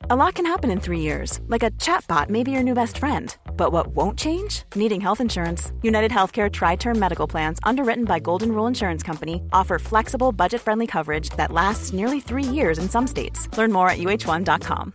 A lot can happen in 3 years, like a chatbot may be your new best friend. But what won't change? Needing health insurance. United Healthcare Tri-Term Medical Plans, underwritten by Golden Rule Insurance Company, offer flexible, budget-friendly coverage that lasts nearly 3 years in some states. Learn more at uh1.com.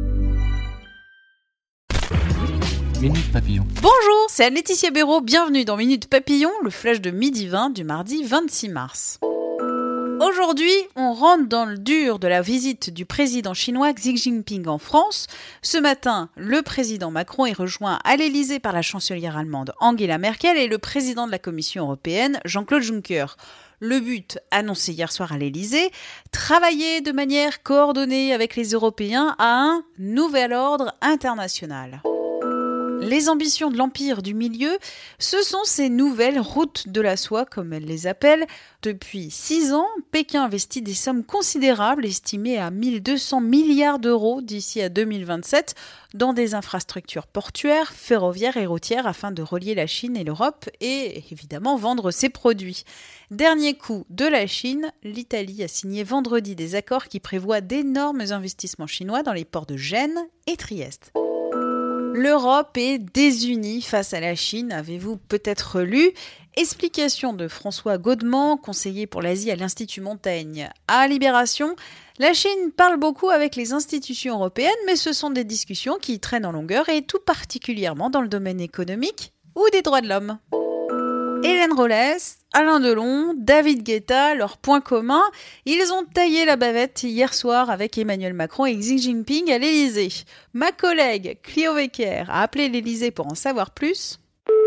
Minute Papillon. Bonjour, c'est Anne-Laetitia Béraud, bienvenue dans Minute Papillon, le flash de midi 20 du mardi 26 mars. Aujourd'hui, on rentre dans le dur de la visite du président chinois Xi Jinping en France. Ce matin, le président Macron est rejoint à l'Elysée par la chancelière allemande Angela Merkel et le président de la Commission européenne Jean-Claude Juncker. Le but, annoncé hier soir à l'Elysée, travailler de manière coordonnée avec les Européens à un nouvel ordre international. Les ambitions de l'Empire du Milieu, ce sont ces nouvelles routes de la soie, comme elle les appelle. Depuis 6 ans, Pékin investit des sommes considérables, estimées à 1200 milliards d'euros d'ici à 2027, dans des infrastructures portuaires, ferroviaires et routières afin de relier la Chine et l'Europe et évidemment vendre ses produits. Dernier coup de la Chine, l'Italie a signé vendredi des accords qui prévoient d'énormes investissements chinois dans les ports de Gênes et Trieste. L'Europe est désunie face à la Chine, avez-vous peut-être lu ? Explication de François Gaudemont, conseiller pour l'Asie à l'Institut Montaigne. À Libération, la Chine parle beaucoup avec les institutions européennes, mais ce sont des discussions qui traînent en longueur et tout particulièrement dans le domaine économique ou des droits de l'homme. Hélène Rollès, Alain Delon, David Guetta, leur point commun, ils ont taillé la bavette hier soir avec Emmanuel Macron et Xi Jinping à l'Elysée. Ma collègue Clio Wecker a appelé l'Elysée pour en savoir plus.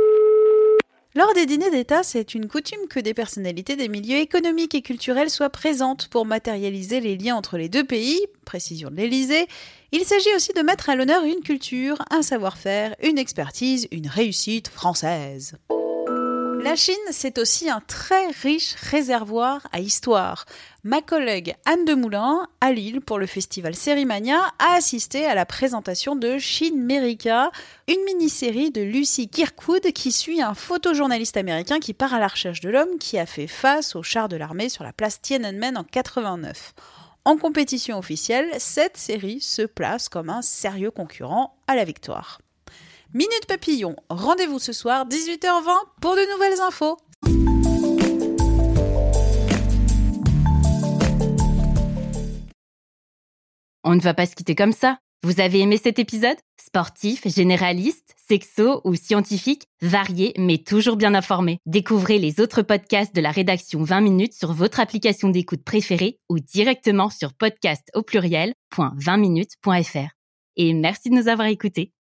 Lors des dîners d'État, c'est une coutume que des personnalités des milieux économiques et culturels soient présentes pour matérialiser les liens entre les deux pays, précision de l'Elysée. Il s'agit aussi de mettre à l'honneur une culture, un savoir-faire, une expertise, une réussite française. La Chine, c'est aussi un très riche réservoir à histoire. Ma collègue Anne Demoulin, à Lille, pour le festival Sérimania, a assisté à la présentation de Chine-Mérica, une mini-série de Lucy Kirkwood qui suit un photojournaliste américain qui part à la recherche de l'homme qui a fait face aux chars de l'armée sur la place Tiananmen en 89. En compétition officielle, cette série se place comme un sérieux concurrent à la victoire. Minute Papillon, rendez-vous ce soir 18h20 pour de nouvelles infos. On ne va pas se quitter comme ça. Vous avez aimé cet épisode ? Sportif, généraliste, sexo ou scientifique, varié mais toujours bien informé. Découvrez les autres podcasts de la rédaction 20 minutes sur votre application d'écoute préférée ou directement sur podcast@20minutes.fr. Et merci de nous avoir écoutés.